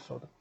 受的。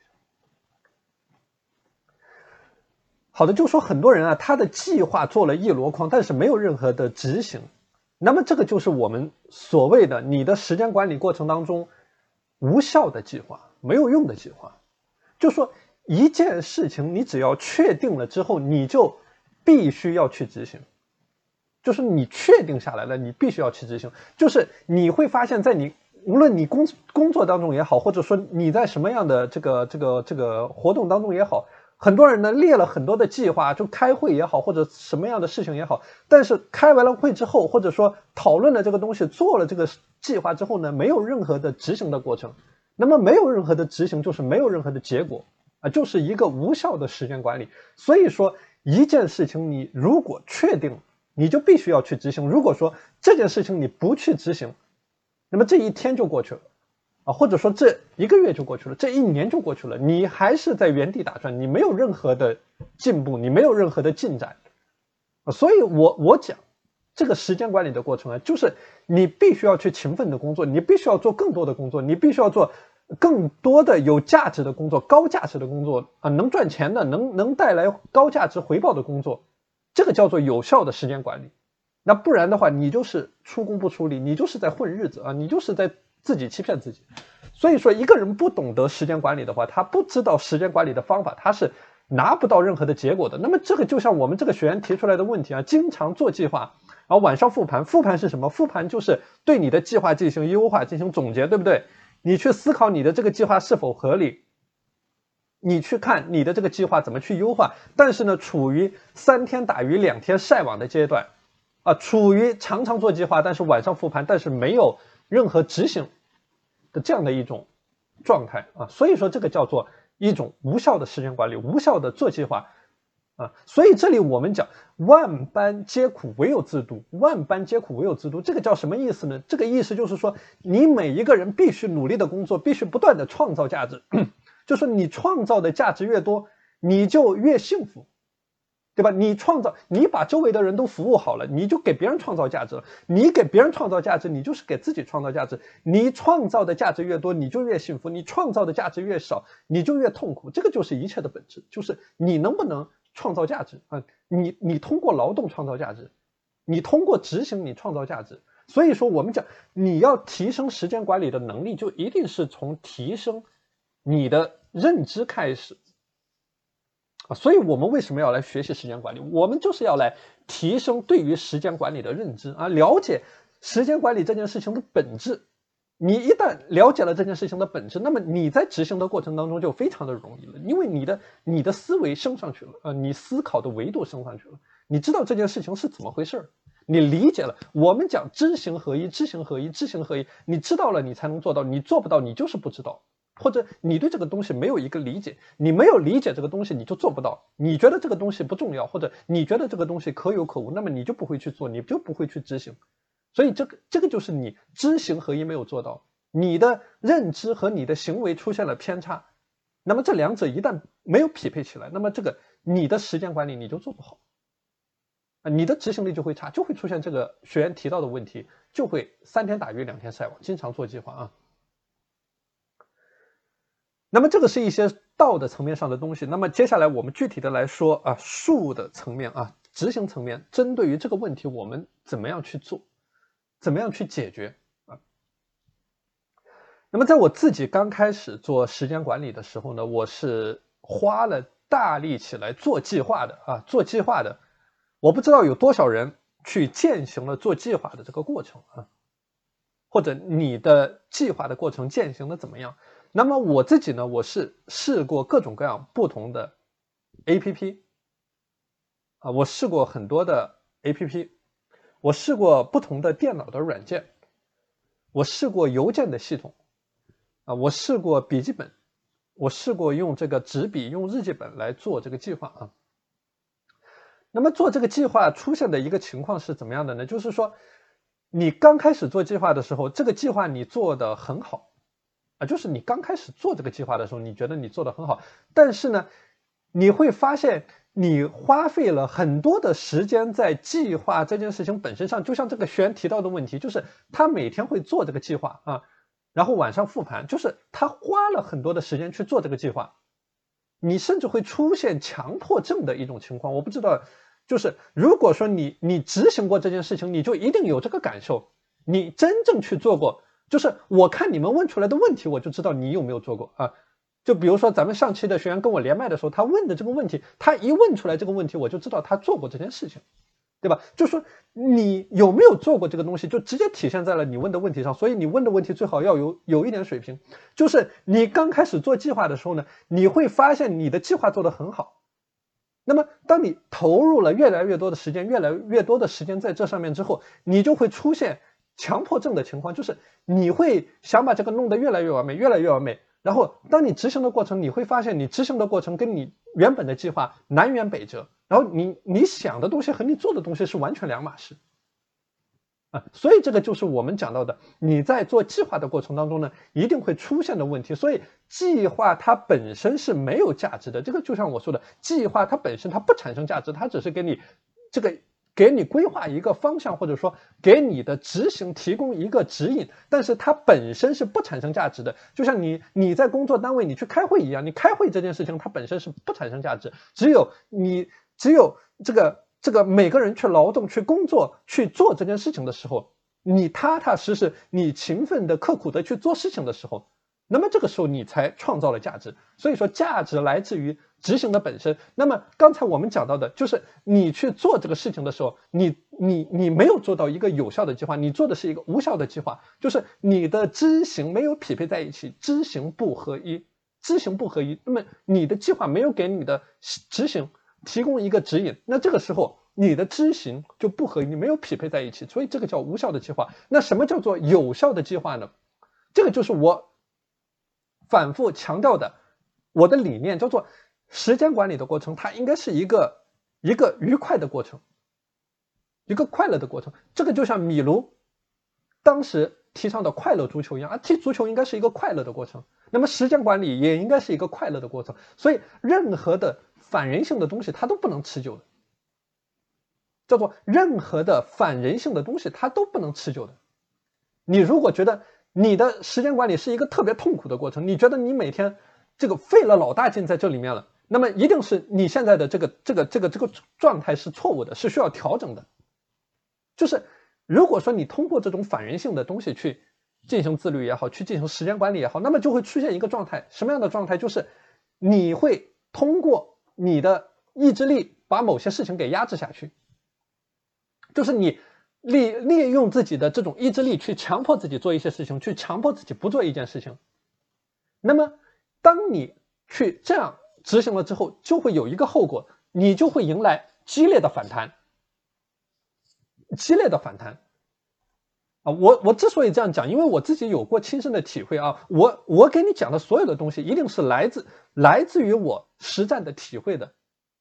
好的，就说很多人啊，他的计划做了一箩筐，但是没有任何的执行。那么这个就是我们所谓的你的时间管理过程当中无效的计划，没有用的计划。就说一件事情你只要确定了之后，你就必须要去执行。就是你确定下来了，你必须要去执行。就是你会发现在你无论你工作当中也好，或者说你在什么样的这个活动当中也好，很多人呢列了很多的计划，就开会也好，或者什么样的事情也好，但是开完了会之后，或者说讨论了这个东西，做了这个计划之后呢，没有任何的执行的过程。那么没有任何的执行，就是没有任何的结果啊，就是一个无效的时间管理。所以说一件事情你如果确定，你就必须要去执行。如果说这件事情你不去执行，那么这一天就过去了啊，或者说这一个月就过去了，这一年就过去了，你还是在原地打转，你没有任何的进步，你没有任何的进展啊。所以我讲这个时间管理的过程啊，就是你必须要去勤奋的工作，你必须要做更多的工作，你必须要做更多的有价值的工作，高价值的工作啊，能赚钱的，能带来高价值回报的工作，这个叫做有效的时间管理。那不然的话，你就是出工不出力，你就是在混日子啊，你就是在自己欺骗自己。所以说，一个人不懂得时间管理的话，他不知道时间管理的方法，他是拿不到任何的结果的。那么这个就像我们这个学员提出来的问题啊，经常做计划，然后晚上复盘，复盘是什么？复盘就是对你的计划进行优化，进行总结，对不对？你去思考你的这个计划是否合理，你去看你的这个计划怎么去优化。但是呢，处于3天打鱼2天晒网的阶段啊，处于常常做计划，但是晚上复盘，但是没有任何执行的这样的一种状态啊。所以说这个叫做一种无效的时间管理，无效的做计划啊。所以这里我们讲万般皆苦唯有自度，万般皆苦唯有自度，这个叫什么意思呢？这个意思就是说，你每一个人必须努力的工作，必须不断的创造价值，就是你创造的价值越多，你就越幸福，对吧？你把周围的人都服务好了，你就给别人创造价值了。你给别人创造价值，你就是给自己创造价值。你创造的价值越多，你就越幸福；你创造的价值越少，你就越痛苦。这个就是一切的本质，就是你能不能创造价值啊？你通过劳动创造价值，你通过执行你创造价值。所以说，我们讲你要提升时间管理的能力，就一定是从提升你的认知开始啊。所以我们为什么要来学习时间管理？我们就是要来提升对于时间管理的认知啊，了解时间管理这件事情的本质。你一旦了解了这件事情的本质，那么你在执行的过程当中就非常的容易了，因为你的思维升上去了啊，你思考的维度升上去了，你知道这件事情是怎么回事，你理解了。我们讲知行合一，知行合一，知行合一，你知道了你才能做到，你做不到你就是不知道，或者你对这个东西没有一个理解，你没有理解这个东西你就做不到，你觉得这个东西不重要，或者你觉得这个东西可有可无，那么你就不会去做，你就不会去执行。所以这个就是你知行合一没有做到，你的认知和你的行为出现了偏差，那么这两者一旦没有匹配起来，那么这个你的时间管理你就做不好啊，你的执行力就会差，就会出现这个学员提到的问题，就会3天打鱼2天晒网，经常做计划啊。那么这个是一些道的层面上的东西，那么接下来我们具体的来说啊，术的层面啊，执行层面，针对于这个问题我们怎么样去做，怎么样去解决啊？那么在我自己刚开始做时间管理的时候呢，我是花了大力气来做计划的啊，做计划的。我不知道有多少人去践行了做计划的这个过程啊，或者你的计划的过程践行的怎么样？那么我自己呢，我是试过各种各样不同的 APP 啊，我试过很多的 APP， 我试过不同的电脑的软件，我试过邮件的系统啊，我试过笔记本，我试过用这个纸笔用日记本来做这个计划啊。那么做这个计划出现的一个情况是怎么样的呢？就是说你刚开始做计划的时候，这个计划你做得很好啊，就是你刚开始做这个计划的时候，你觉得你做得很好，但是呢，你会发现你花费了很多的时间在计划这件事情本身上，就像这个学员提到的问题，就是他每天会做这个计划啊， 然后晚上复盘，就是他花了很多的时间去做这个计划，你甚至会出现强迫症的一种情况。我不知道，就是如果说你执行过这件事情，你就一定有这个感受，你真正去做过，就是我看你们问出来的问题，我就知道你有没有做过啊。就比如说咱们上期的学员跟我连麦的时候，他问的这个问题，他一问出来这个问题，我就知道他做过这件事情，对吧？就说你有没有做过这个东西，就直接体现在了你问的问题上。所以你问的问题最好要有一点水平。就是你刚开始做计划的时候呢，你会发现你的计划做得很好。那么当你投入了越来越多的时间，越来越多的时间在这上面之后，你就会出现强迫症的情况，就是你会想把这个弄得越来越完美，越来越完美。然后当你执行的过程，你会发现你执行的过程跟你原本的计划南辕北辙，然后你想的东西和你做的东西是完全两码事啊。所以这个就是我们讲到的，你在做计划的过程当中呢，一定会出现的问题。所以计划它本身是没有价值的，这个就像我说的，计划它本身它不产生价值，它只是给你规划一个方向，或者说给你的执行提供一个指引，但是它本身是不产生价值的。就像你在工作单位你去开会一样，你开会这件事情它本身是不产生价值，只有这个每个人去劳动去工作去做这件事情的时候，你踏踏实实你勤奋的刻苦的去做事情的时候，那么这个时候你才创造了价值。所以说价值来自于执行的本身。那么刚才我们讲到的就是你去做这个事情的时候，你没有做到一个有效的计划，你做的是一个无效的计划，就是你的知行没有匹配在一起，知行不合一。那么你的计划没有给你的执行提供一个指引，那这个时候你的知行就不合一，你没有匹配在一起，所以这个叫无效的计划。那什么叫做有效的计划呢？这个就是我反复强调的，我的理念叫做时间管理的过程，它应该是一个愉快的过程，一个快乐的过程。这个就像米卢当时提倡的快乐足球一样啊，踢足球应该是一个快乐的过程，那么时间管理也应该是一个快乐的过程。所以任何的反人性的东西它都不能持久的，叫做任何的反人性的东西它都不能持久的。你如果觉得你的时间管理是一个特别痛苦的过程，你觉得你每天这个费了老大劲在这里面了，那么一定是你现在的这个状态是错误的，是需要调整的。就是如果说你通过这种反人性的东西去进行自律也好，去进行时间管理也好，那么就会出现一个状态，什么样的状态？就是你会通过你的意志力把某些事情给压制下去，就是你利用自己的这种意志力去强迫自己做一些事情，去强迫自己不做一件事情。那么当你去这样执行了之后，就会有一个后果，你就会迎来激烈的反弹。我之所以这样讲，因为我自己有过亲身的体会啊。我给你讲的所有的东西，一定是来自于我实战的体会的。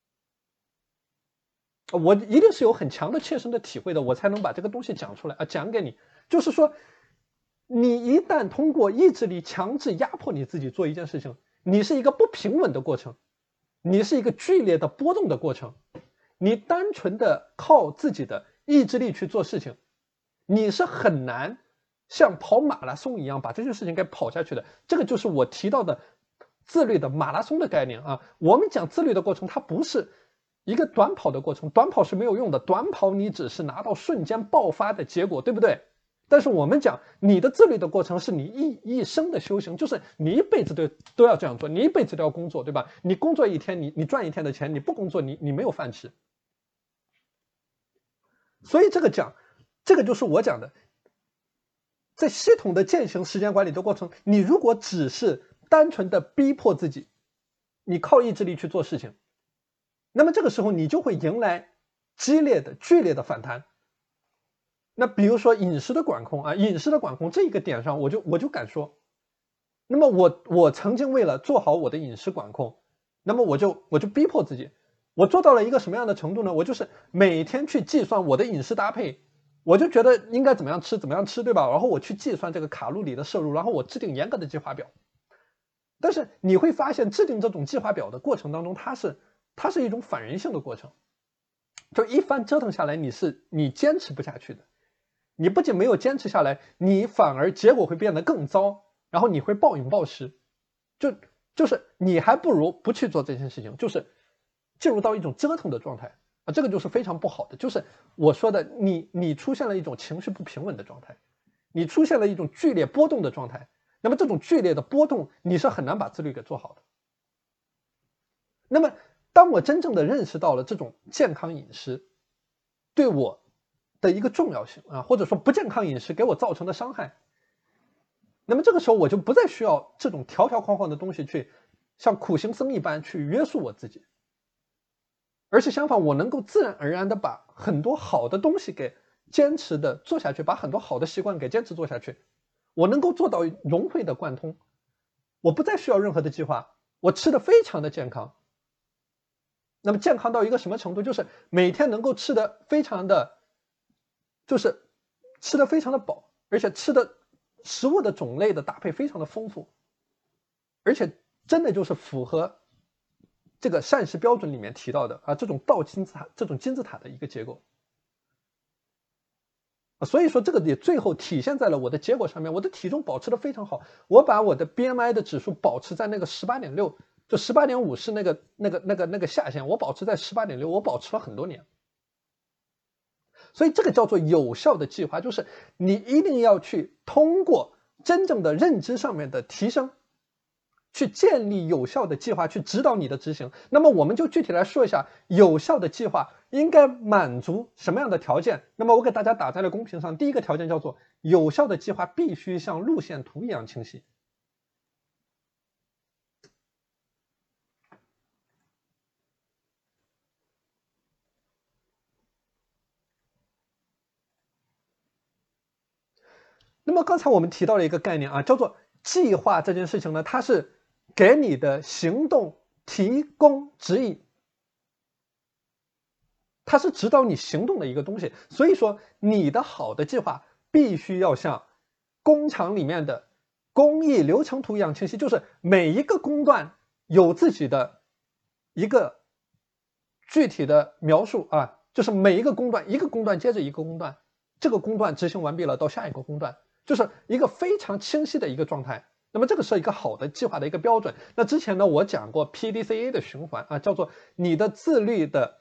我一定是有很强的切身的体会的，我才能把这个东西讲出来啊，讲给你。就是说，你一旦通过意志力强制压迫你自己做一件事情，你是一个不平稳的过程，你是一个剧烈的波动的过程。你单纯的靠自己的意志力去做事情，你是很难像跑马拉松一样把这件事情给跑下去的。这个就是我提到的自律的马拉松的概念啊。我们讲自律的过程，它不是一个短跑的过程，短跑是没有用的，短跑你只是拿到瞬间爆发的结果，对不对？但是我们讲你的自律的过程是你一生的修行，就是你一辈子都要这样做，你一辈子都要工作，对吧？你工作一天，你赚一天的钱，你不工作你没有饭吃。所以这个就是我讲的，在系统的践行时间管理的过程，你如果只是单纯的逼迫自己，你靠意志力去做事情，那么这个时候你就会迎来剧烈的反弹。那比如说饮食的管控啊，饮食的管控这一个点上，我就敢说，那么我曾经为了做好我的饮食管控，那么我就逼迫自己，我做到了一个什么样的程度呢？我就是每天去计算我的饮食搭配，我就觉得应该怎么样吃，对吧？然后我去计算这个卡路里的摄入，然后我制定严格的计划表。但是你会发现，制定这种计划表的过程当中，它是一种反人性的过程，就一番折腾下来，你坚持不下去的。 你不仅没有坚持下来，你反而结果会变得更糟，然后你会暴饮暴食，就是你还不如不去做这件事情，就是进入到一种折腾的状态啊，这个就是非常不好的。就是我说的，你出现了一种情绪不平稳的状态，你出现了一种剧烈波动的状态，那么这种剧烈的波动，你是很难把自律给做好的。那么当我真正的认识到了这种健康饮食对我的一个重要性啊，或者说不健康饮食给我造成的伤害，那么这个时候我就不再需要这种条条框框的东西去像苦行僧一般去约束我自己，而是相反，我能够自然而然的把很多好的东西给坚持的做下去，把很多好的习惯给坚持做下去，我能够做到融会的贯通，我不再需要任何的计划，我吃的非常的健康。那么健康到一个什么程度，就是每天能够吃的非常的，就是吃的非常的饱，而且吃的食物的种类的搭配非常的丰富，而且真的就是符合这个膳食标准里面提到的啊这种倒金字塔这种金字塔的一个结构。所以说这个也最后体现在了我的结果上面，我的体重保持的非常好，我把我的 BMI 的指数保持在那个 18.6， 就 18.5 是那个下限，我保持在 18.6， 我保持了很多年。所以这个叫做有效的计划，就是你一定要去通过真正的认知上面的提升，去建立有效的计划，去指导你的执行。那么我们就具体来说一下，有效的计划应该满足什么样的条件。那么我给大家打在了公屏上，第一个条件叫做有效的计划必须像路线图一样清晰。那么刚才我们提到了一个概念啊，叫做计划这件事情呢，它是给你的行动提供指引，它是指导你行动的一个东西。所以说你的好的计划必须要像工厂里面的工艺流程图一样清晰，就是每一个工段有自己的一个具体的描述啊，就是每一个工段，一个工段接着一个工段，这个工段执行完毕了，到下一个工段，就是一个非常清晰的一个状态。那么这个是一个好的计划的一个标准。那之前呢，我讲过 PDCA 的循环啊，叫做你的自律的、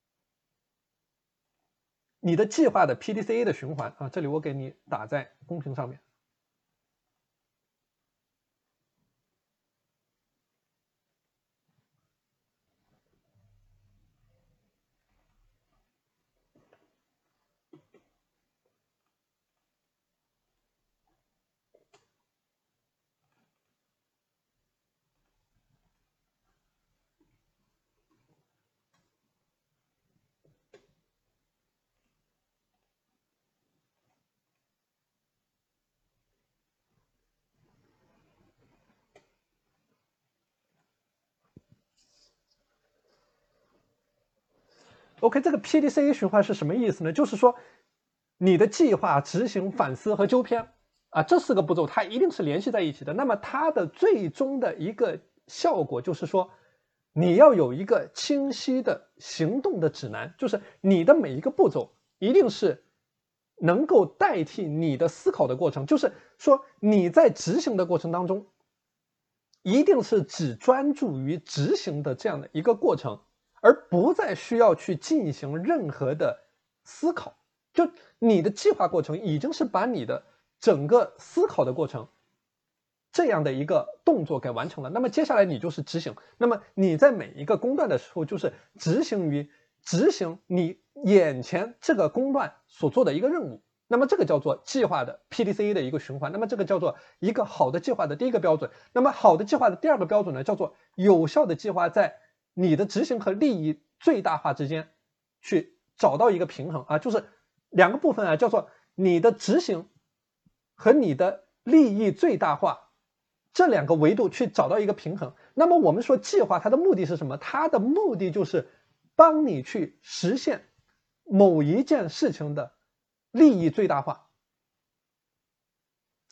你的计划的 PDCA 的循环啊，这里我给你打在公屏上面。OK， 这个 PDCA 循环是什么意思呢？就是说，你的计划、执行、反思和纠偏啊，这4个步骤它一定是联系在一起的。那么它的最终的一个效果就是说，你要有一个清晰的行动的指南，就是你的每一个步骤一定是能够代替你的思考的过程，就是说你在执行的过程当中，一定是只专注于执行的这样的一个过程。而不再需要去进行任何的思考，就你的计划过程已经是把你的整个思考的过程这样的一个动作给完成了。那么接下来你就是执行，那么你在每一个工段的时候就是执行你眼前这个工段所做的一个任务。那么这个叫做计划的 PDCA 的一个循环，那么这个叫做一个好的计划的第一个标准。那么好的计划的第二个标准呢，叫做有效的计划在你的执行和利益最大化之间去找到一个平衡啊，就是2个部分啊，叫做你的执行和你的利益最大化这2个维度去找到一个平衡。那么我们说计划它的目的是什么？它的目的就是帮你去实现某一件事情的利益最大化。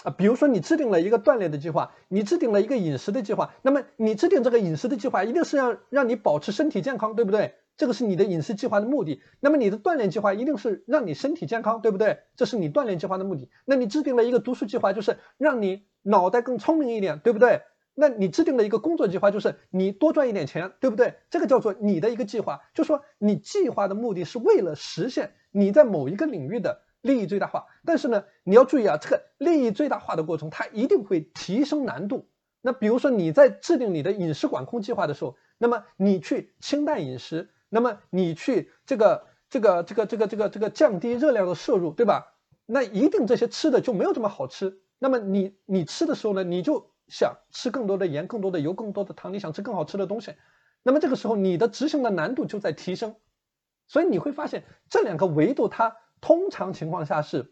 比如说你制定了一个锻炼的计划，你制定了一个饮食的计划，那么你制定这个饮食的计划一定是让你保持身体健康，对不对？这个是你的饮食计划的目的。那么你的锻炼计划一定是让你身体健康，对不对？这是你锻炼计划的目的。那你制定了一个读书计划，就是让你脑袋更聪明一点，对不对？那你制定了一个工作计划，就是你多赚一点钱，对不对？这个叫做你的一个计划，就是说你计划的目的是为了实现你在某一个领域的利益最大化。但是呢，你要注意啊，这个利益最大化的过程，它一定会提升难度。那比如说你在制定你的饮食管控计划的时候，那么你去清淡饮食，那么你去这个降低热量的摄入，对吧？那一定这些吃的就没有这么好吃。那么你吃的时候呢，你就想吃更多的盐、更多的油、更多的糖，你想吃更好吃的东西。那么这个时候你的执行的难度就在提升。所以你会发现这两个维度它通常情况下是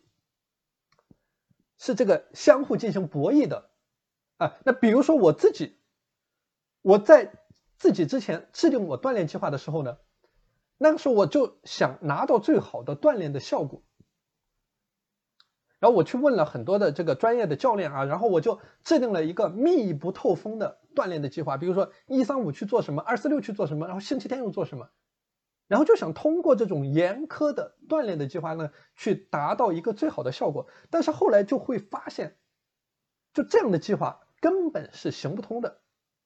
这个相互进行博弈的啊。那比如说我在自己之前制定我锻炼计划的时候呢，那个时候我就想拿到最好的锻炼的效果，然后我去问了很多的这个专业的教练啊，然后我就制定了一个密不透风的锻炼的计划，比如说135去做什么，246去做什么，然后星期天又做什么，然后就想通过这种严苛的锻炼的计划呢，去达到一个最好的效果。但是后来就会发现，就这样的计划根本是行不通的。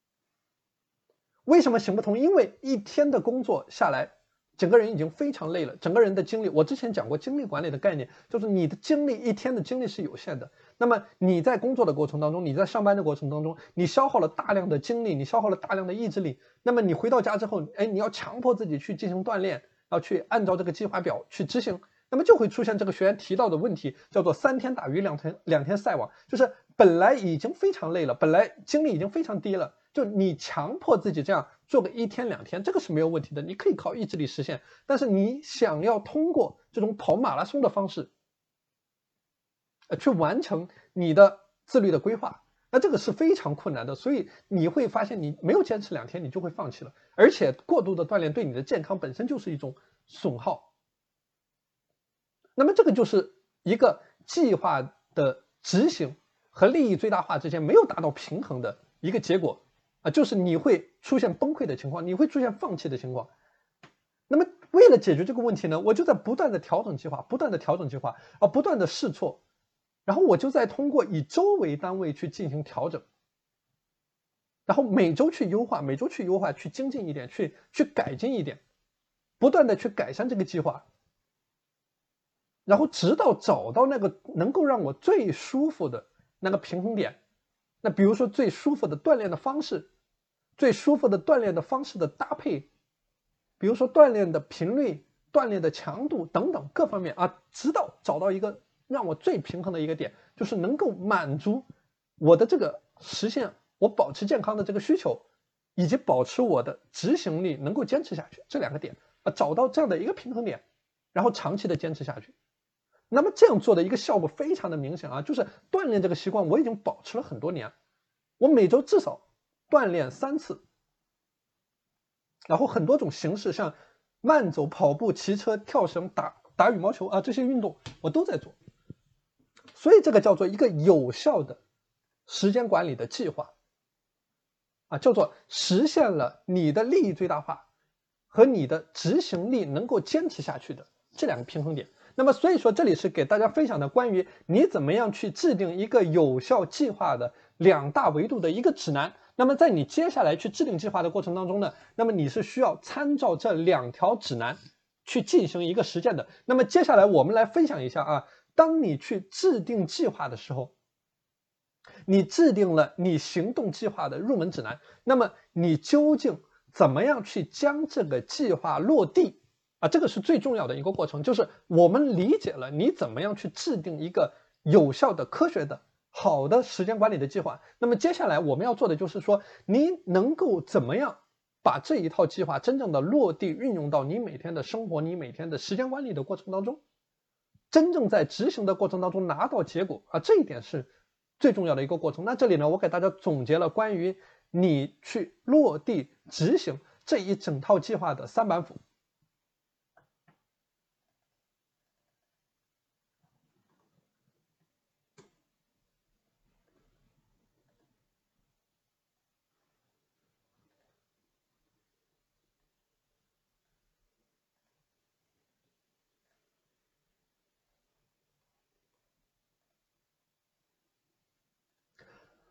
为什么行不通？因为一天的工作下来，整个人已经非常累了，整个人的精力，我之前讲过精力管理的概念，就是你的精力一天的精力是有限的。那么你在工作的过程当中，你在上班的过程当中，你消耗了大量的精力，你消耗了大量的意志力。那么你回到家之后，你要强迫自己去进行锻炼，要去按照这个计划表去执行，那么就会出现这个学员提到的问题，叫做3天打鱼两天晒网，就是本来已经非常累了，本来精力已经非常低了。就你强迫自己这样做个1天2天，这个是没有问题的，你可以靠意志力实现。但是你想要通过这种跑马拉松的方式，去完成你的自律的规划，那这个是非常困难的。所以你会发现，你没有坚持2天，你就会放弃了。而且过度的锻炼对你的健康本身就是一种损耗。那么这个就是一个计划的执行和利益最大化之间没有达到平衡的一个结果。就是你会出现崩溃的情况，你会出现放弃的情况。那么为了解决这个问题呢，我就在不断的调整计划，不断的调整计划，不断的试错，然后我就在通过以周为单位去进行调整，然后每周去优化，每周去优化，去精进一点，去改进一点，不断的去改善这个计划，然后直到找到那个能够让我最舒服的那个平衡点。那比如说最舒服的锻炼的方式，最舒服的锻炼的方式的搭配，比如说锻炼的频率、锻炼的强度等等各方面直到找到一个让我最平衡的一个点，就是能够满足我的这个实现我保持健康的这个需求，以及保持我的执行力能够坚持下去，这2个点找到这样的一个平衡点，然后长期的坚持下去。那么这样做的一个效果非常的明显就是锻炼这个习惯我已经保持了很多年，我每周至少锻炼3次，然后很多种形式，像慢走、跑步、骑车、跳绳、打羽毛球这些运动我都在做。所以这个叫做一个有效的时间管理的计划叫做实现了你的利益最大化和你的执行力能够坚持下去的这2个平衡点。那么所以说这里是给大家分享的关于你怎么样去制定一个有效计划的2大维度的一个指南。那么在你接下来去制定计划的过程当中呢，那么你是需要参照这2条指南去进行一个实践的。那么接下来我们来分享一下当你去制定计划的时候，你制定了你行动计划的入门指南，那么你究竟怎么样去将这个计划落地这个是最重要的一个过程，就是我们理解了你怎么样去制定一个有效的、科学的、好的时间管理的计划。那么接下来我们要做的就是说，你能够怎么样把这一套计划真正的落地运用到你每天的生活、你每天的时间管理的过程当中，真正在执行的过程当中拿到结果这一点是最重要的一个过程。那这里呢，我给大家总结了关于你去落地执行这一整套计划的3板斧。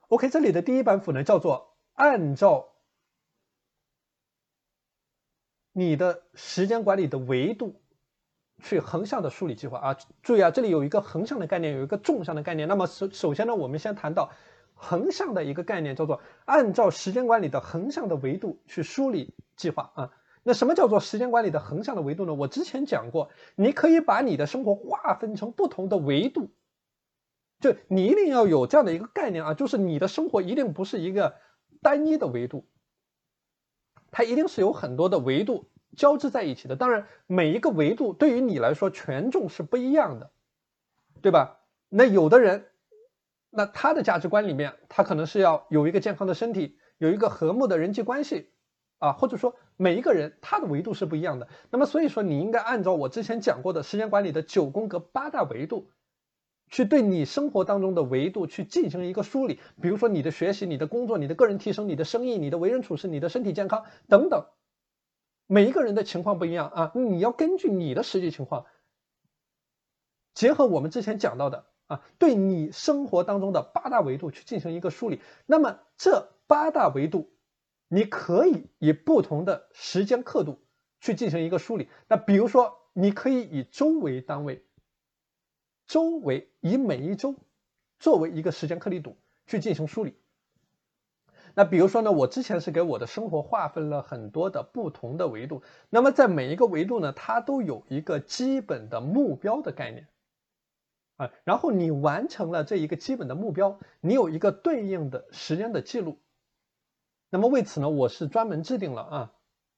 OK， 这里的第一板斧呢叫做按照你的时间管理的维度去横向的梳理计划啊。注意啊，这里有一个横向的概念，有一个纵向的概念。那么首先呢，我们先谈到横向的一个概念，叫做按照时间管理的横向的维度去梳理计划啊。那什么叫做时间管理的横向的维度呢？我之前讲过，你可以把你的生活划分成不同的维度，就你一定要有这样的一个概念啊，就是你的生活一定不是一个单一的维度，它一定是有很多的维度交织在一起的。当然，每一个维度对于你来说权重是不一样的，对吧？那有的人，那他的价值观里面，他可能是要有一个健康的身体，有一个和睦的人际关系啊，或者说每一个人他的维度是不一样的。那么所以说，你应该按照我之前讲过的时间管理的9宫格8大维度，去对你生活当中的维度去进行一个梳理。比如说你的学习、你的工作、你的个人提升、你的生意、你的为人处事、你的身体健康等等，每一个人的情况不一样啊，你要根据你的实际情况，结合我们之前讲到的啊，对你生活当中的8大维度去进行一个梳理。那么这8大维度，你可以以不同的时间刻度去进行一个梳理。那比如说，你可以以周为单位，以每一周作为一个时间颗粒度去进行梳理。那比如说呢，我之前是给我的生活划分了很多的不同的维度，那么在每一个维度呢，它都有一个基本的目标的概念啊，然后你完成了这一个基本的目标，你有一个对应的时间的记录。那么为此呢，我是专门制定了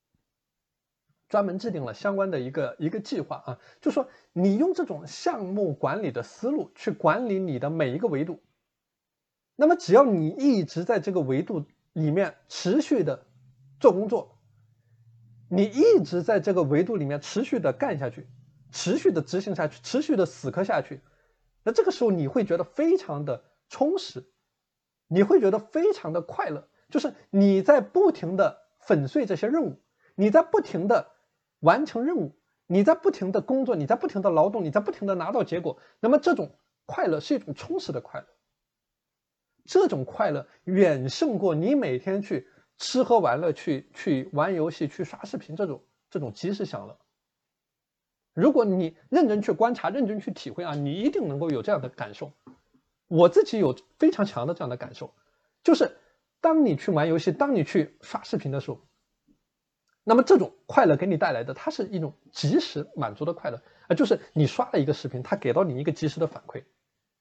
相关的一个计划啊，就说你用这种项目管理的思路去管理你的每一个维度。那么只要你一直在这个维度里面持续的做工作，你一直在这个维度里面持续的干下去，持续的执行下去，持续的死磕下去，那这个时候你会觉得非常的充实，你会觉得非常的快乐，就是你在不停的粉碎这些任务，你在不停的完成任务，你在不停的工作，你在不停的劳动，你在不停的拿到结果，那么这种快乐是一种充实的快乐。这种快乐远胜过你每天去吃喝玩乐、去玩游戏、去刷视频这种及时享乐。如果你认真去观察、认真去体会啊，你一定能够有这样的感受。我自己有非常强的这样的感受，就是当你去玩游戏、当你去刷视频的时候，那么这种快乐给你带来的，它是一种及时满足的快乐啊，就是你刷了一个视频，它给到你一个及时的反馈。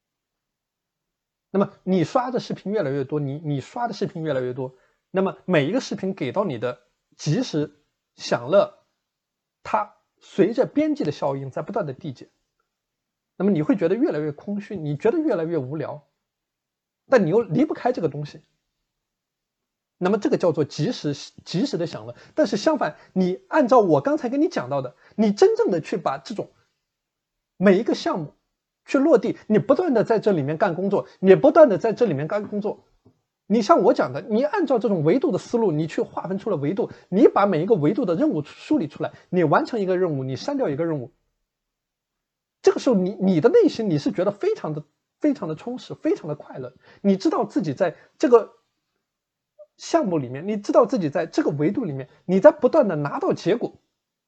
那么你刷的视频越来越多，你刷的视频越来越多，那么每一个视频给到你的及时享乐，它随着边际的效应在不断的递减，那么你会觉得越来越空虚，你觉得越来越无聊，但你又离不开这个东西，那么这个叫做及时的享乐。但是相反，你按照我刚才跟你讲到的，你真正的去把这种每一个项目去落地，你不断的在这里面干工作，你不断的在这里面干工作，你像我讲的，你按照这种维度的思路，你去划分出了维度，你把每一个维度的任务梳理出来，你完成一个任务，你删掉一个任务，这个时候你的内心你是觉得非常的充实，非常的快乐。你知道自己在这个项目里面，你知道自己在这个维度里面，你在不断的拿到结果，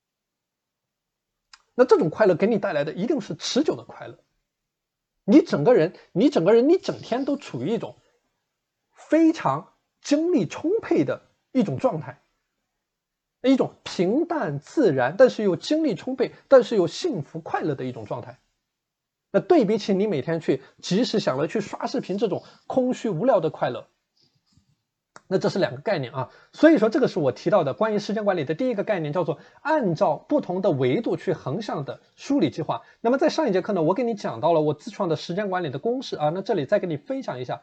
那这种快乐给你带来的一定是持久的快乐。你整个人你整天都处于一种非常精力充沛的一种状态，一种平淡自然，但是又精力充沛，但是又幸福快乐的一种状态。那对比起你每天去及时享乐、去刷视频这种空虚无聊的快乐，那这是两个概念啊。所以说这个是我提到的关于时间管理的第一个概念，叫做按照不同的维度去横向的梳理计划。那么在上一节课呢，我给你讲到了我自创的时间管理的公式啊，那这里再给你分享一下。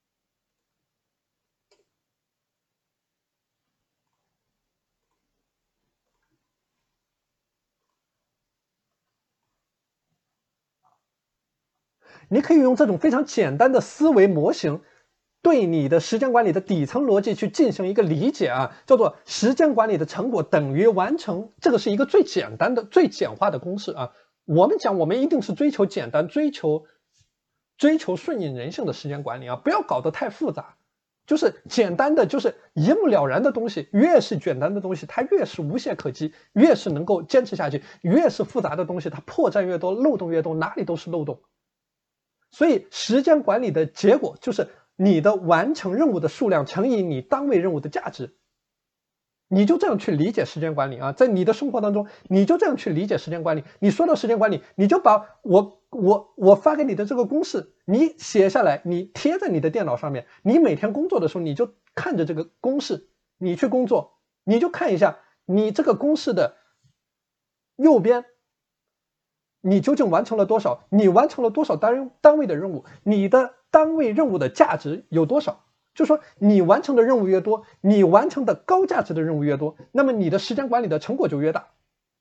你可以用这种非常简单的思维模型对你的时间管理的底层逻辑去进行一个理解啊，叫做时间管理的成果等于完成，这个是一个最简单的、最简化的公式啊。我们一定是追求简单，追求追求顺应人性的时间管理啊，不要搞得太复杂。就是简单的，就是一目了然的东西，越是简单的东西，它越是无懈可击，越是能够坚持下去；越是复杂的东西，它破绽越多，漏洞越多，哪里都是漏洞。所以，时间管理的结果就是你的完成任务的数量乘以你单位任务的价值。你就这样去理解时间管理啊，在你的生活当中，你就这样去理解时间管理。你说到时间管理，你就把我发给你的这个公式，你写下来，你贴在你的电脑上面。你每天工作的时候，你就看着这个公式，你去工作，你就看一下你这个公式的右边，你究竟完成了多少？你完成了多少单位的任务？你的单位任务的价值有多少？就说你完成的任务越多，你完成的高价值的任务越多，那么你的时间管理的成果就越大。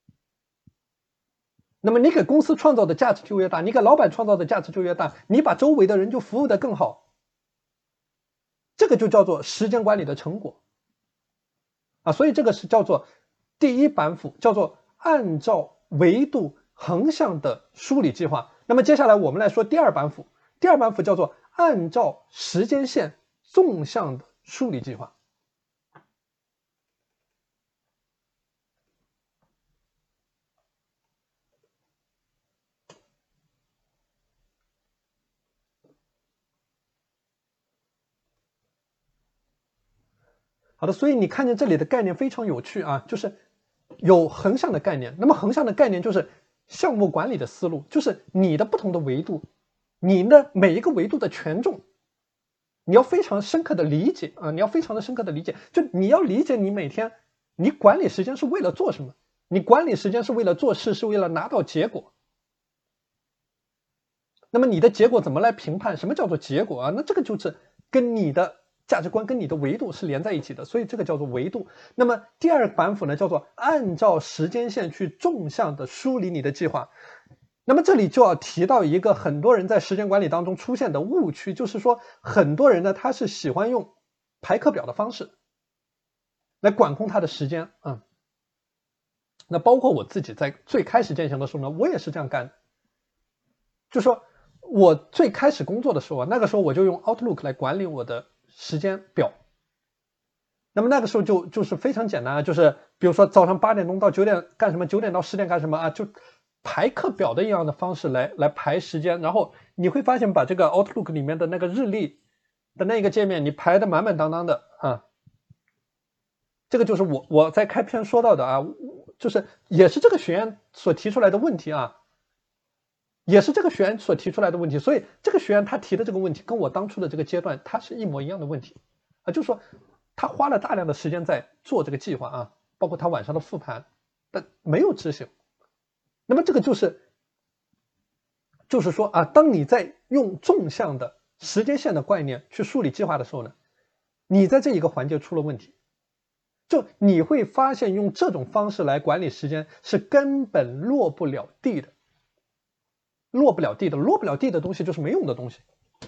那么你给公司创造的价值就越大，你给老板创造的价值就越大，你把周围的人就服务得更好。这个就叫做时间管理的成果啊，所以这个是叫做第一板斧，叫做按照维度横向的梳理计划。那么接下来我们来说第二板斧，第二板斧叫做按照时间线纵向的梳理计划。好的，所以你看见这里的概念非常有趣啊，就是有横向的概念。那么横向的概念就是项目管理的思路，就是你的不同的维度，你的每一个维度的权重，你要非常深刻的理解啊，你要非常的深刻的理解，就你要理解你每天你管理时间是为了做什么，你管理时间是为了做事，是为了拿到结果。那么你的结果怎么来评判？什么叫做结果啊？那这个就是跟你的价值观跟你的维度是连在一起的，所以这个叫做维度。那么第二个板斧呢，叫做按照时间线去纵向的梳理你的计划。那么这里就要提到一个很多人在时间管理当中出现的误区，就是说很多人呢他是喜欢用排课表的方式来管控他的时间啊。那包括我自己在最开始践行的时候呢，我也是这样干的，就说我最开始工作的时候啊，那个时候我就用 Outlook 来管理我的时间表。那么那个时候就是非常简单啊，就是比如说早上8点钟到9点干什么，9点到10点干什么啊，就排课表的一样的方式来排时间。然后你会发现把这个 Outlook 里面的那个日历的那个界面你排的满满当当的啊。这个就是我在开篇说到的啊，就是也是这个学员所提出来的问题啊。也是这个学员所提出来的问题，所以这个学员他提的这个问题跟我当初的这个阶段他是一模一样的问题啊，就是说他花了大量的时间在做这个计划啊，包括他晚上的复盘，但没有执行。那么这个就是说啊，当你在用纵向的时间线的概念去梳理计划的时候呢，你在这一个环节出了问题，就你会发现用这种方式来管理时间是根本落不了地的。落不了地的东西就是没用的东西。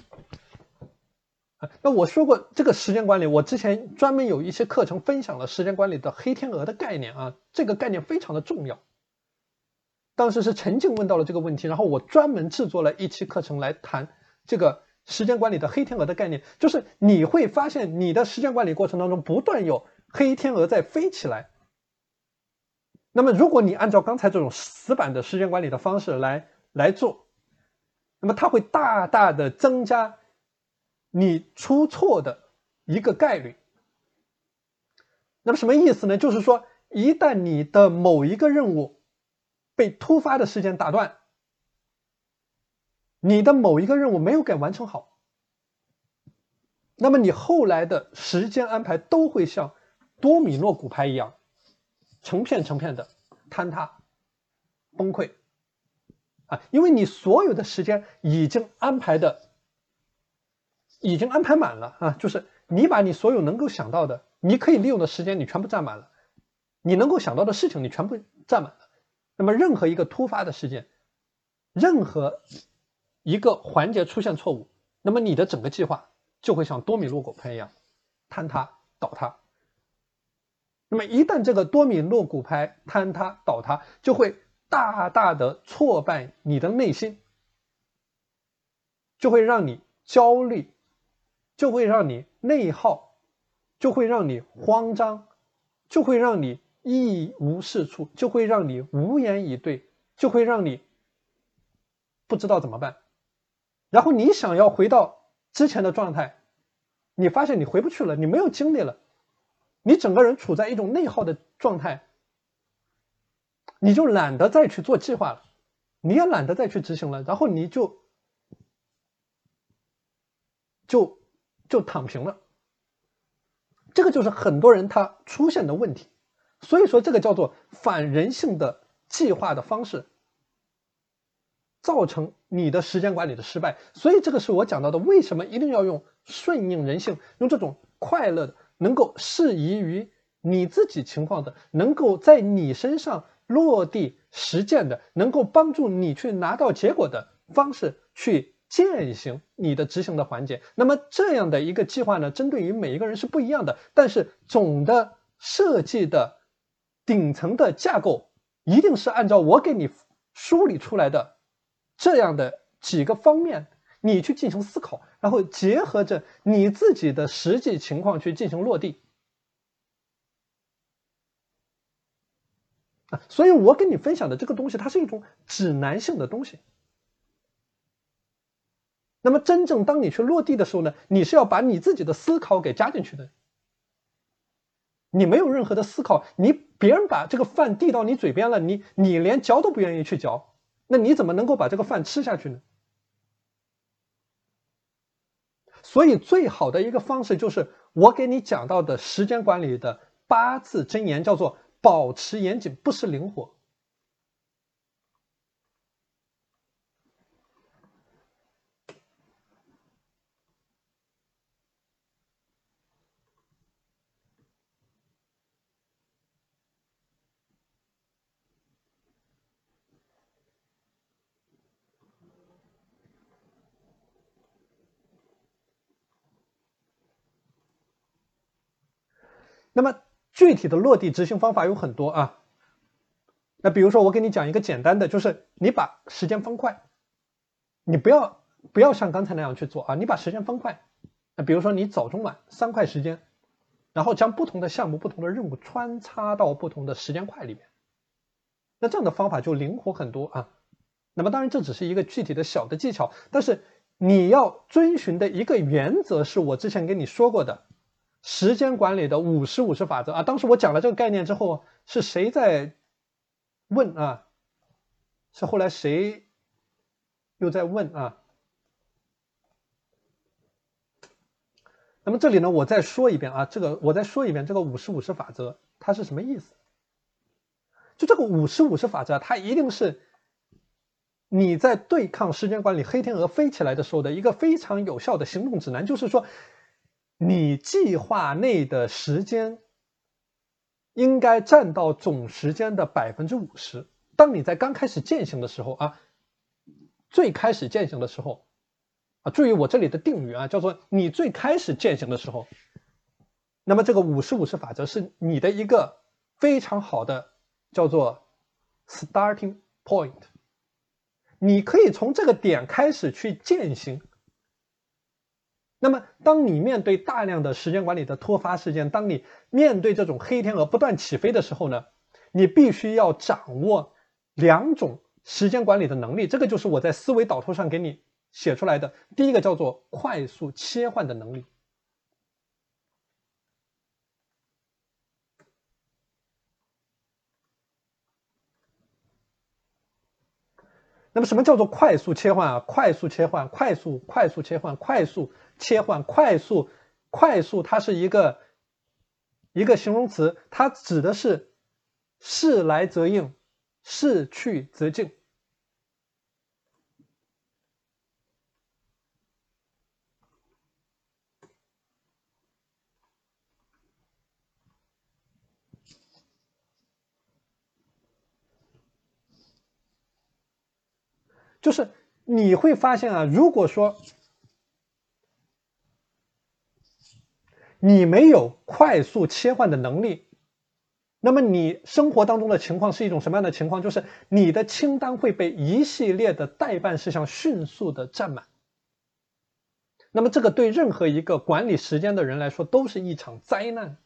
那我说过这个时间管理，我之前专门有一些课程分享了时间管理的黑天鹅的概念啊，这个概念非常的重要。当时是陈静问到了这个问题，然后我专门制作了一期课程来谈这个时间管理的黑天鹅的概念，就是你会发现你的时间管理过程当中不断有黑天鹅在飞起来。那么如果你按照刚才这种死板的时间管理的方式来做，那么它会大大的增加你出错的一个概率。那么什么意思呢？就是说一旦你的某一个任务被突发的事件打断，你的某一个任务没有给完成好，那么你后来的时间安排都会像多米诺骨牌一样成片成片的坍塌崩溃啊，因为你所有的时间已经安排满了啊，就是你把你所有能够想到的你可以利用的时间你全部占满了，你能够想到的事情你全部占满了。那么任何一个突发的事件，任何一个环节出现错误，那么你的整个计划就会像多米诺骨牌一样坍塌倒塌。那么一旦这个多米诺骨牌坍塌倒塌，就会大大的挫败你的内心。 就会让你焦虑，就会让你内耗，就会让你慌张，就会让你一无是处，就会让你无言以对，就会让你不知道怎么办。然后你想要回到之前的状态，你发现你回不去了，你没有精力了，你整个人处在一种内耗的状态，你就懒得再去做计划了，你也懒得再去执行了，然后你就躺平了。这个就是很多人他出现的问题。所以说这个叫做反人性的计划的方式，造成你的时间管理的失败。所以这个是我讲到的，为什么一定要用顺应人性，用这种快乐的，能够适宜于你自己情况的，能够在你身上落地实践的，能够帮助你去拿到结果的方式去践行你的执行的环节。那么这样的一个计划呢，针对于每一个人是不一样的，但是总的设计的顶层的架构一定是按照我给你梳理出来的这样的几个方面，你去进行思考，然后结合着你自己的实际情况去进行落地。所以我跟你分享的这个东西，它是一种指南性的东西。那么真正当你去落地的时候呢，你是要把你自己的思考给加进去的。你没有任何的思考，别人把这个饭递到你嘴边了，你连嚼都不愿意去嚼，那你怎么能够把这个饭吃下去呢？所以最好的一个方式就是我给你讲到的时间管理的8字真言，叫做保持严谨，不失灵活。那么具体的落地执行方法有很多啊。那比如说我给你讲一个简单的，就是你把时间分块，你不要像刚才那样去做啊，你把时间分块。那比如说你早中晚3块时间，然后将不同的项目、不同的任务穿插到不同的时间块里面。那这样的方法就灵活很多啊。那么当然这只是一个具体的小的技巧，但是你要遵循的一个原则是我之前跟你说过的时间管理的50-50法则啊。当时我讲了这个概念之后，是谁在问啊？是后来谁又在问啊？那么这里呢，我再说一遍啊，这个50-50法则它是什么意思？就这个50-50法则，它一定是你在对抗时间管理黑天鹅飞起来的时候的一个非常有效的行动指南。就是说，你计划内的时间应该占到总时间的50%。当你在刚开始践行的时候啊，最开始践行的时候啊，注意我这里的定语啊，叫做你最开始践行的时候，那么这个50-50法则是你的一个非常好的叫做 starting point。你可以从这个点开始去践行。那么当你面对大量的时间管理的突发事件，当你面对这种黑天鹅不断起飞的时候呢，你必须要掌握2种时间管理的能力。这个就是我在思维导图上给你写出来的。第一个叫做快速切换的能力。那么什么叫做快速切换啊？快速切换，快速切换，快速切换，快速，它是一个形容词，它指的是事来则应，事去则静。就是你会发现啊，如果说你没有快速切换的能力，那么你生活当中的情况是一种什么样的情况？就是你的清单会被一系列的待办事项迅速的占满。 那么这个对任何一个管理时间的人来说都是一场灾难。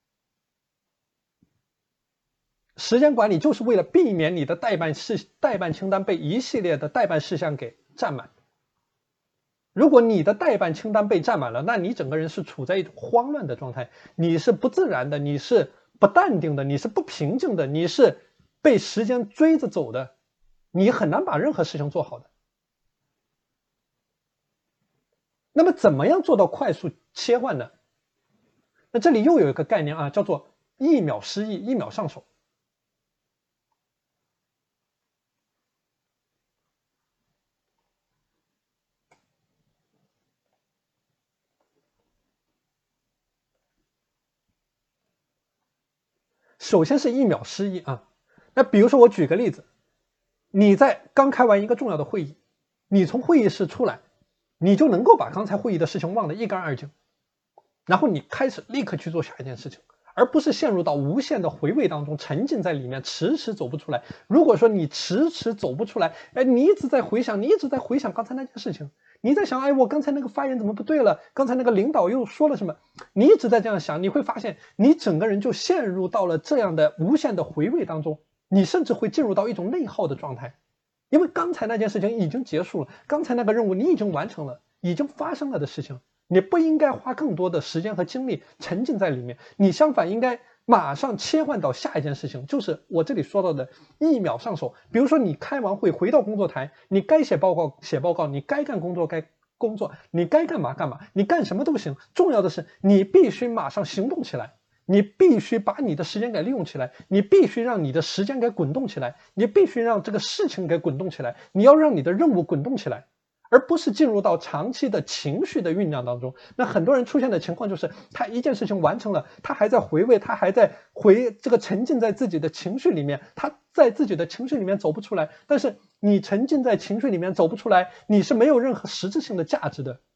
时间管理就是为了避免你的待办清单被一系列的待办事项给占满。如果你的待办清单被占满了，那你整个人是处在一种慌乱的状态，你是不自然的，你是不淡定的，你是不平静的，你是被时间追着走的，你很难把任何事情做好的。那么怎么样做到快速切换呢？那这里又有一个概念啊，叫做一秒失忆，一秒上手。首先是一秒失忆啊，那比如说我举个例子，你在刚开完一个重要的会议，你从会议室出来，你就能够把刚才会议的事情忘得一干二净，然后你开始立刻去做下一件事情，而不是陷入到无限的回味当中，沉浸在里面，迟迟走不出来。如果说你迟迟走不出来，你一直在回想刚才那件事情，你在想，我刚才那个发言怎么不对了？刚才那个领导又说了什么？你一直在这样想，你会发现你整个人就陷入到了这样的无限的回味当中，你甚至会进入到一种内耗的状态，因为刚才那件事情已经结束了，刚才那个任务你已经完成了，已经发生了的事情，你不应该花更多的时间和精力沉浸在里面，你相反应该马上切换到下一件事情，就是我这里说到的一秒上手。比如说你开完会回到工作台，你该写报告，你该干工作该工作，你该干嘛干嘛，你干什么都行，重要的是你必须马上行动起来，你必须把你的时间给利用起来，你必须让你的时间给滚动起来，你必须让这个事情给滚动起来，你要让你的任务滚动起来，而不是进入到长期的情绪的酝酿当中。那很多人出现的情况就是他一件事情完成了，他还在回味，他还在沉浸在自己的情绪里面，他在自己的情绪里面走不出来。但是你沉浸在情绪里面走不出来，你是没有任何实质性的价值的，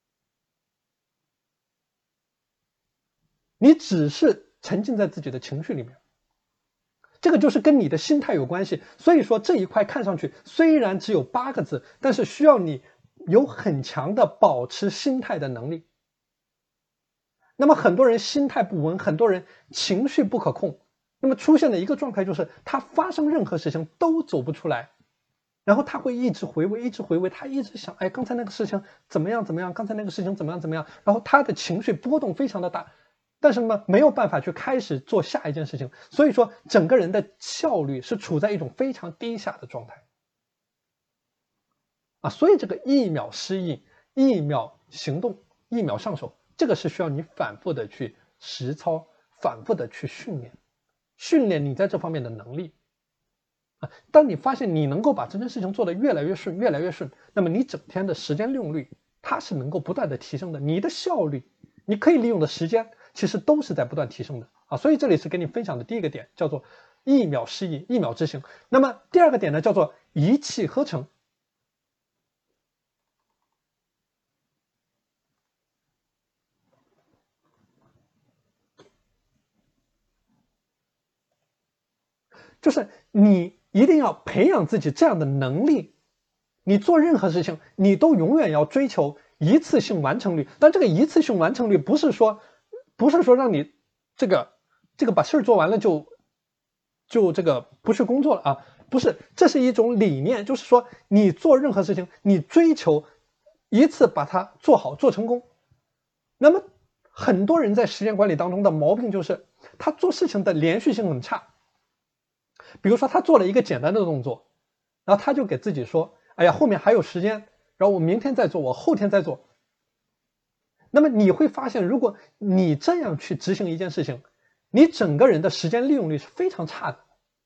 你只是沉浸在自己的情绪里面，这个就是跟你的心态有关系。所以说这一块看上去虽然只有8个字，但是需要你有很强的保持心态的能力。那么很多人心态不稳，很多人情绪不可控，那么出现的一个状态就是他发生任何事情都走不出来，然后他会一直回味，他一直想，刚才那个事情怎么样，刚才那个事情怎么样，然后他的情绪波动非常的大，但是呢没有办法去开始做下一件事情，所以说整个人的效率是处在一种非常低下的状态啊。所以这个一秒失忆，一秒行动，一秒上手，这个是需要你反复的去实操，反复的去训练你在这方面的能力啊。当你发现你能够把这件事情做得越来越顺，那么你整天的时间利用率它是能够不断的提升的，你的效率，你可以利用的时间其实都是在不断提升的啊。所以这里是给你分享的第一个点，叫做一秒失忆，一秒执行。那么第二个点呢，叫做一气呵成。就是你一定要培养自己这样的能力，你做任何事情你都永远要追求一次性完成率。但这个一次性完成率不是说让你这个把事儿做完了就这个不是工作了啊，不是，这是一种理念，就是说你做任何事情你追求一次把它做好做成功。那么很多人在时间管理当中的毛病就是他做事情的连续性很差。比如说他做了一个简单的动作，然后他就给自己说，后面还有时间，然后我明天再做，我后天再做。那么你会发现，如果你这样去执行一件事情，你整个人的时间利用率是非常差的，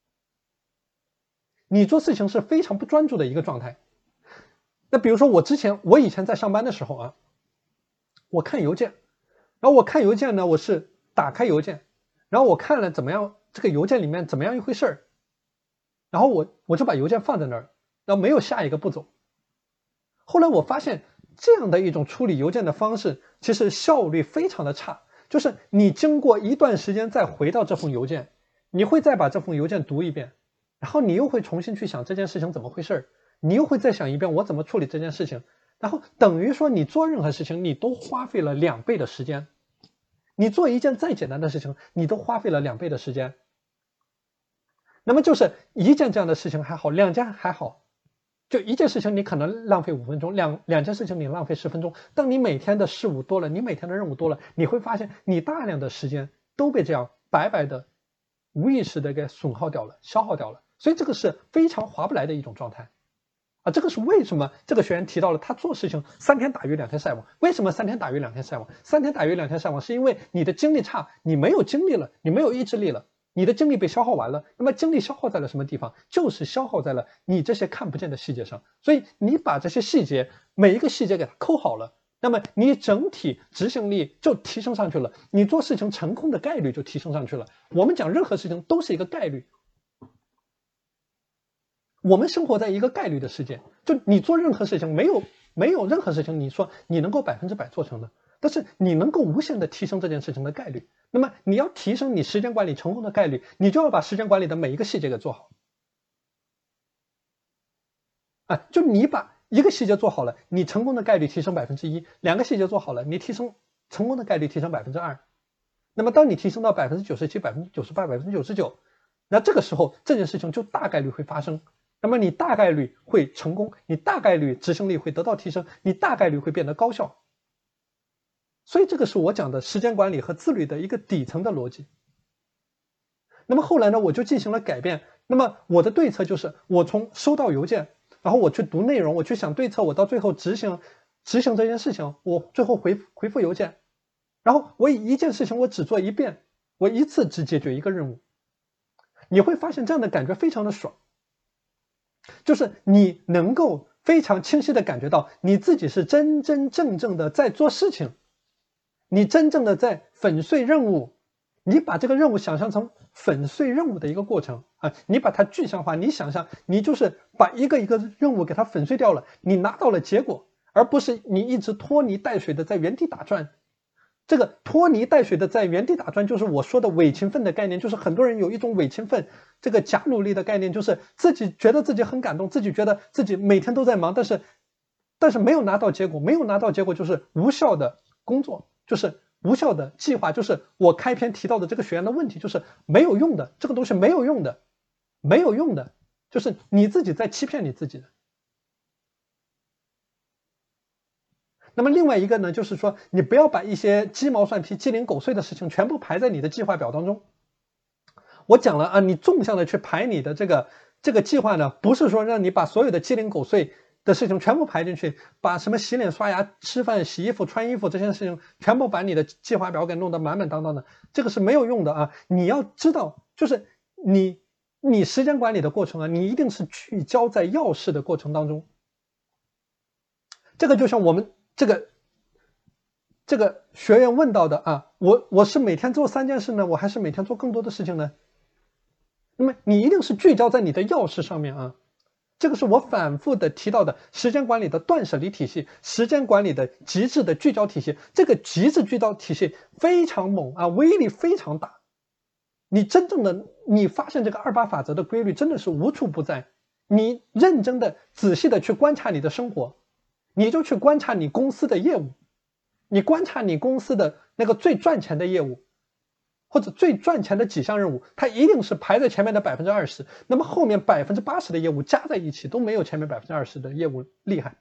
你做事情是非常不专注的一个状态。那比如说我以前在上班的时候啊，我看邮件，然后我看邮件呢，我是打开邮件，然后我看了怎么样，这个邮件里面怎么样一回事儿，然后我就把邮件放在那儿，然后没有下一个步骤。后来我发现这样的一种处理邮件的方式其实效率非常的差，就是你经过一段时间再回到这封邮件，你会再把这封邮件读一遍，然后你又会重新去想这件事情怎么回事，你又会再想一遍我怎么处理这件事情， 然后等于说你做任何事情你都花费了2倍的时间，你做一件再简单的事情你都花费了2倍的时间。那么就是一件这样的事情还好，2件还好，就一件事情你可能浪费5分钟，两件事情你浪费10分钟。当你每天的事物多了，你每天的任务多了，你会发现你大量的时间都被这样白白的无意识的给损耗掉了，消耗掉了。所以这个是非常划不来的一种状态啊！这个是为什么这个学员提到了他做事情3天打鱼2天晒网。为什么3天打鱼2天晒网？3天打鱼2天晒网是因为你的精力差，你没有精力了，你没有意志力了，你的精力被消耗完了。那么精力消耗在了什么地方？就是消耗在了你这些看不见的细节上。所以你把这些细节每一个细节给它抠好了，那么你整体执行力就提升上去了，你做事情成功的概率就提升上去了。我们讲任何事情都是一个概率，我们生活在一个概率的世界，就你做任何事情，没有任何事情你说你能够100%做成的，但是你能够无限的提升这件事情的概率。那么你要提升你时间管理成功的概率，你就要把时间管理的每一个细节给做好。就你把一个细节做好了，你成功的概率提升1%；2个细节做好了，你成功的概率提升2%。那么当你提升到97%、98%、99%，那这个时候这件事情就大概率会发生。那么你大概率会成功，你大概率执行力会得到提升，你大概率会变得高效。所以这个是我讲的时间管理和自律的一个底层的逻辑。那么后来呢，我就进行了改变。那么我的对策就是，我从收到邮件，然后我去读内容，我去想对策，我到最后执行这件事情，我最后回复邮件，然后我一件事情我只做1遍，我一次只解决1个任务。你会发现这样的感觉非常的爽，就是你能够非常清晰的感觉到你自己是真真正正的在做事情，你真正的在粉碎任务。你把这个任务想象成粉碎任务的一个过程你把它具象化，你想象你就是把一个一个任务给它粉碎掉了，你拿到了结果，而不是你一直拖泥带水的在原地打转。这个拖泥带水的在原地打转，就是我说的伪勤奋的概念，就是很多人有一种伪勤奋，这个假努力的概念，就是自己觉得自己很感动，自己觉得自己每天都在忙，但是没有拿到结果，没有拿到结果就是无效的工作，就是无效的计划，就是我开篇提到的这个学员的问题，就是没有用的，这个东西没有用的，没有用的，就是你自己在欺骗你自己的。那么另外一个呢，就是说你不要把一些鸡毛蒜皮、鸡零狗碎的事情全部排在你的计划表当中。我讲了你纵向的去排你的这个计划呢，不是说让你把所有的鸡零狗碎的事情全部排进去，把什么洗脸、刷牙、吃饭、洗衣服、穿衣服这些事情全部把你的计划表给弄得满满当当的，这个是没有用的你要知道，就是你时间管理的过程你一定是聚焦在要事的过程当中。这个就像我们这个学员问到的我是每天做3件事呢，我还是每天做更多的事情呢？那么你一定是聚焦在你的要事上面这个是我反复的提到的时间管理的断舍离体系，时间管理的极致的聚焦体系。这个极致聚焦体系非常猛威力非常大。你真正的你发现这个28法则的规律真的是无处不在。你认真的仔细的去观察你的生活，你就去观察你公司的业务，你观察你公司的那个最赚钱的业务，或者最赚钱的几项任务，它一定是排在前面的20%，那么后面80%的业务加在一起都没有前面20%的业务厉害。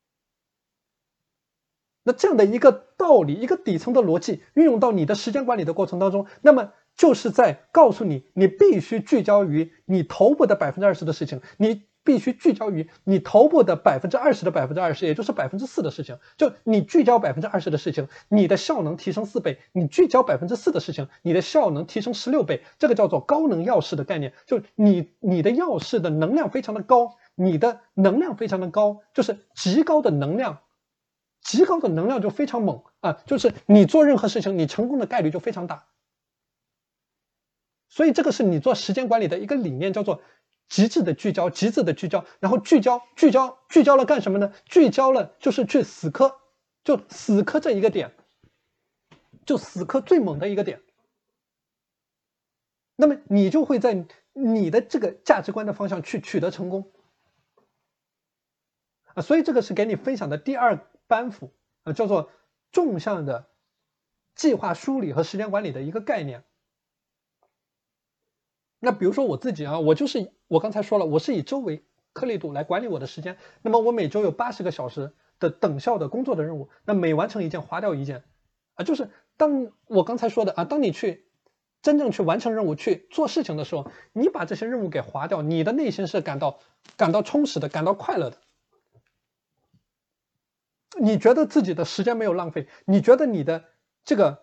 那这样的一个道理，一个底层的逻辑运用到你的时间管理的过程当中，那么就是在告诉你，你必须聚焦于你头部的20%的事情，你必须聚焦于你头部的20%的20%，也就是4%的事情。就你聚焦20%的事情，你的效能提升4倍；你聚焦4%的事情，你的效能提升16倍。这个叫做高能要事的概念，就你的要事的能量非常的高，你的能量非常的高，就是极高的能量。极高的能量就非常猛就是你做任何事情，你成功的概率就非常大。所以这个是你做时间管理的一个理念，叫做极致的聚焦，极致的聚焦。然后聚焦了干什么呢？聚焦了就是去死磕，就死磕这一个点，就死磕最猛的一个点。那么你就会在你的这个价值观的方向去取得成功。 所以这个是给你分享的第2板斧叫做纵向的计划梳理和时间管理的一个概念。那比如说我自己我刚才说了，我是以周为颗粒度来管理我的时间。那么我每周有80个小时的等效的工作的任务，那每完成一件划掉一件就是当我刚才说的当你去真正去完成任务去做事情的时候，你把这些任务给划掉，你的内心是感到充实的，感到快乐的。你觉得自己的时间没有浪费，你觉得你的这个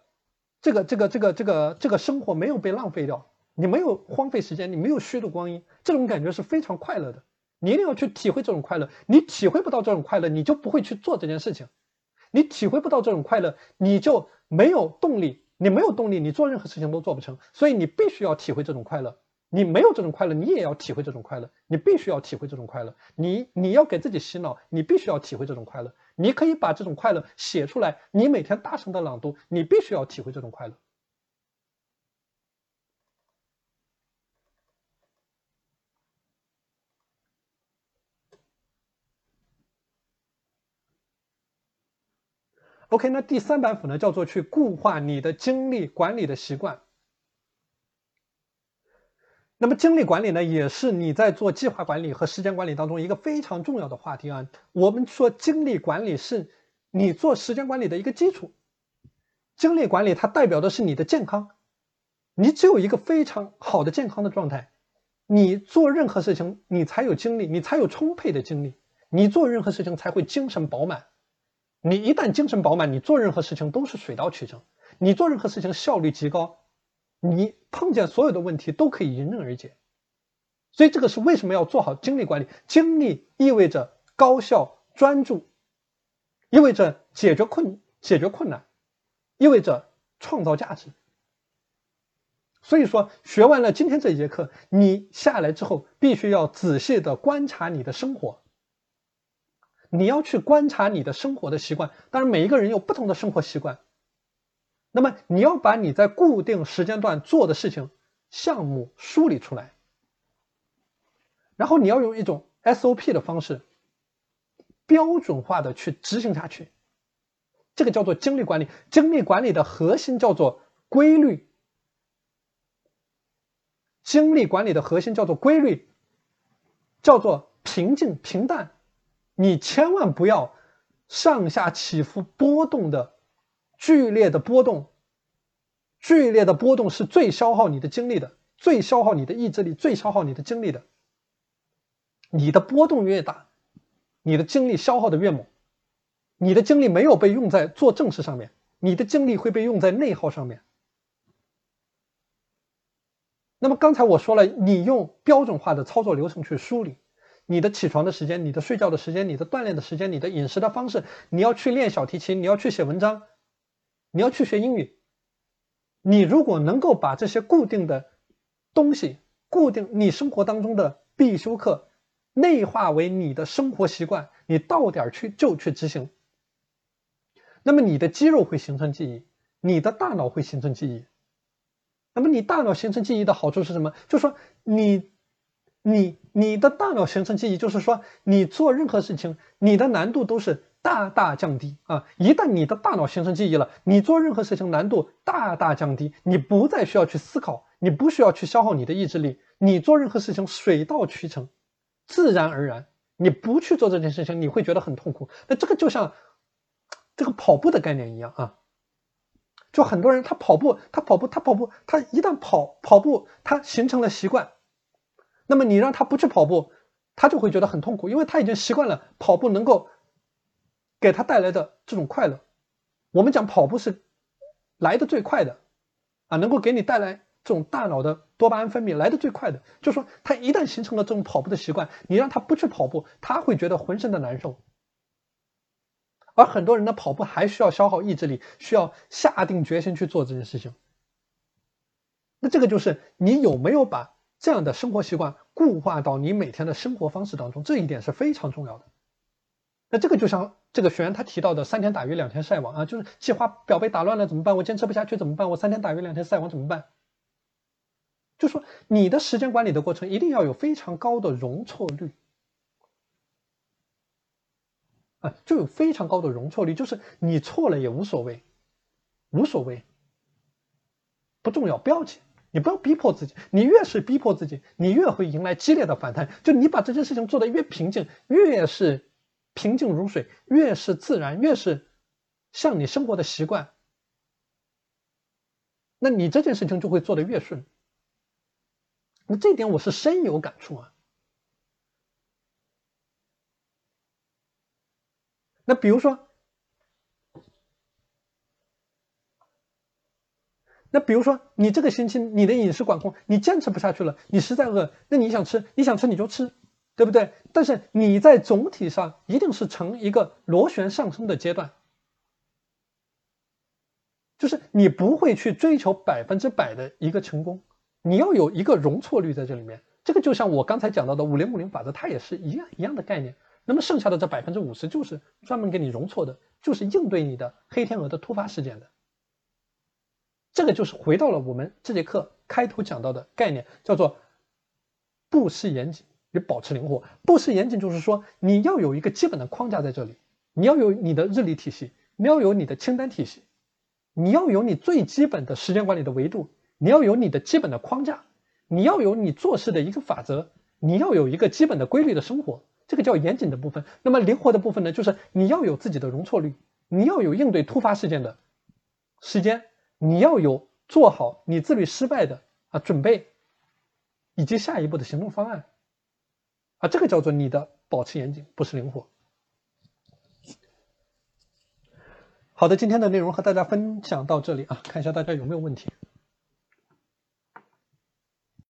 生活没有被浪费掉，你没有荒废时间，你没有虚度光阴，这种感觉是非常快乐的。你一定要去体会这种快乐，你体会不到这种快乐，你就不会去做这件事情。你体会不到这种快乐，你就没有动力，你没有动力，你做任何事情都做不成。所以你必须要体会这种快乐，你没有这种快乐，你也要体会这种快乐，你必须要体会这种快乐。你要给自己洗脑，你必须要体会这种快乐。你可以把这种快乐写出来，你每天大声的朗读，你必须要体会这种快乐。OK， 那第3板斧呢，叫做去固化你的精力管理的习惯。那么精力管理呢，也是你在做计划管理和时间管理当中一个非常重要的话题啊。我们说精力管理是你做时间管理的一个基础，精力管理它代表的是你的健康。你只有一个非常好的健康的状态，你做任何事情你才有精力，你才有充沛的精力，你做任何事情才会精神饱满。你一旦精神饱满，你做任何事情都是水到渠成，你做任何事情效率极高，你碰见所有的问题都可以迎刃而解。所以这个是为什么要做好精力管理。精力意味着高效专注，意味着解决困难，意味着创造价值。所以说学完了今天这一节课，你下来之后必须要仔细的观察你的生活，你要去观察你的生活的习惯。当然每一个人有不同的生活习惯，那么你要把你在固定时间段做的事情项目梳理出来，然后你要用一种 SOP 的方式标准化的去执行下去，这个叫做精力管理。精力管理的核心叫做规律，精力管理的核心叫做规律，叫做平静平淡。你千万不要上下起伏波动的剧烈的波动，剧烈的波动是最消耗你的精力的，最消耗你的意志力，最消耗你的精力的。你的波动越大，你的精力消耗的越猛，你的精力没有被用在做正事上面，你的精力会被用在内耗上面。那么刚才我说了，你用标准化的操作流程去梳理你的起床的时间，你的睡觉的时间，你的锻炼的时间，你的饮食的方式，你要去练小提琴，你要去写文章，你要去学英语。你如果能够把这些固定的东西，固定你生活当中的必修课内化为你的生活习惯，你到点去就去执行，那么你的肌肉会形成记忆，你的大脑会形成记忆。那么你大脑形成记忆的好处是什么？就是说你的大脑形成记忆，就是说你做任何事情你的难度都是大大降低啊！一旦你的大脑形成记忆了，你做任何事情难度大大降低，你不再需要去思考，你不需要去消耗你的意志力，你做任何事情水到渠成，自然而然。你不去做这件事情，你会觉得很痛苦。那这个就像这个跑步的概念一样啊。就很多人他跑步，他一旦跑步，他形成了习惯，那么你让他不去跑步，他就会觉得很痛苦，因为他已经习惯了跑步能够给他带来的这种快乐。我们讲跑步是来的最快的能够给你带来这种大脑的多巴胺分泌来的最快的，就是说他一旦形成了这种跑步的习惯，你让他不去跑步，他会觉得浑身的难受。而很多人的跑步还需要消耗意志力，需要下定决心去做这件事情。那这个就是你有没有把这样的生活习惯固化到你每天的生活方式当中，这一点是非常重要的。那这个就像这个学员他提到的3天打鱼2天晒网就是计划表被打乱了怎么办？我坚持不下去怎么办？我3天打鱼2天晒网怎么办？就说你的时间管理的过程一定要有非常高的容错率。 呢，就有非常高的容错率，就是你错了也无所谓，无所谓，不重要，不要紧。你不要逼迫自己，你越是逼迫自己，你越会迎来激烈的反弹。就你把这件事情做得越平静，越是平静如水，越是自然，越是像你生活的习惯，那你这件事情就会做得越顺。那这一点我是深有感触啊。那比如说你这个星期你的饮食管控你坚持不下去了，你实在饿，那你想吃你就吃，对不对？但是你在总体上一定是呈一个螺旋上升的阶段，就是你不会去追求100%的一个成功，你要有一个容错率在这里面。这个就像我刚才讲到的5050法则，它也是一样的概念。那么剩下的这50%就是专门给你容错的，就是应对你的黑天鹅的突发事件的。这个就是回到了我们这节课开头讲到的概念，叫做布施严谨与保持灵活。布施严谨就是说你要有一个基本的框架在这里，你要有你的日历体系，你要有你的清单体系，你要有你最基本的时间管理的维度，你要有你的基本的框架，你要有你做事的一个法则，你要有一个基本的规律的生活，这个叫严谨的部分。那么灵活的部分呢，就是你要有自己的容错率，你要有应对突发事件的时间，你要有做好你自律失败的准备，以及下一步的行动方案这个叫做你的保持严谨，不是灵活。好的，今天的内容和大家分享到这里看一下大家有没有问题。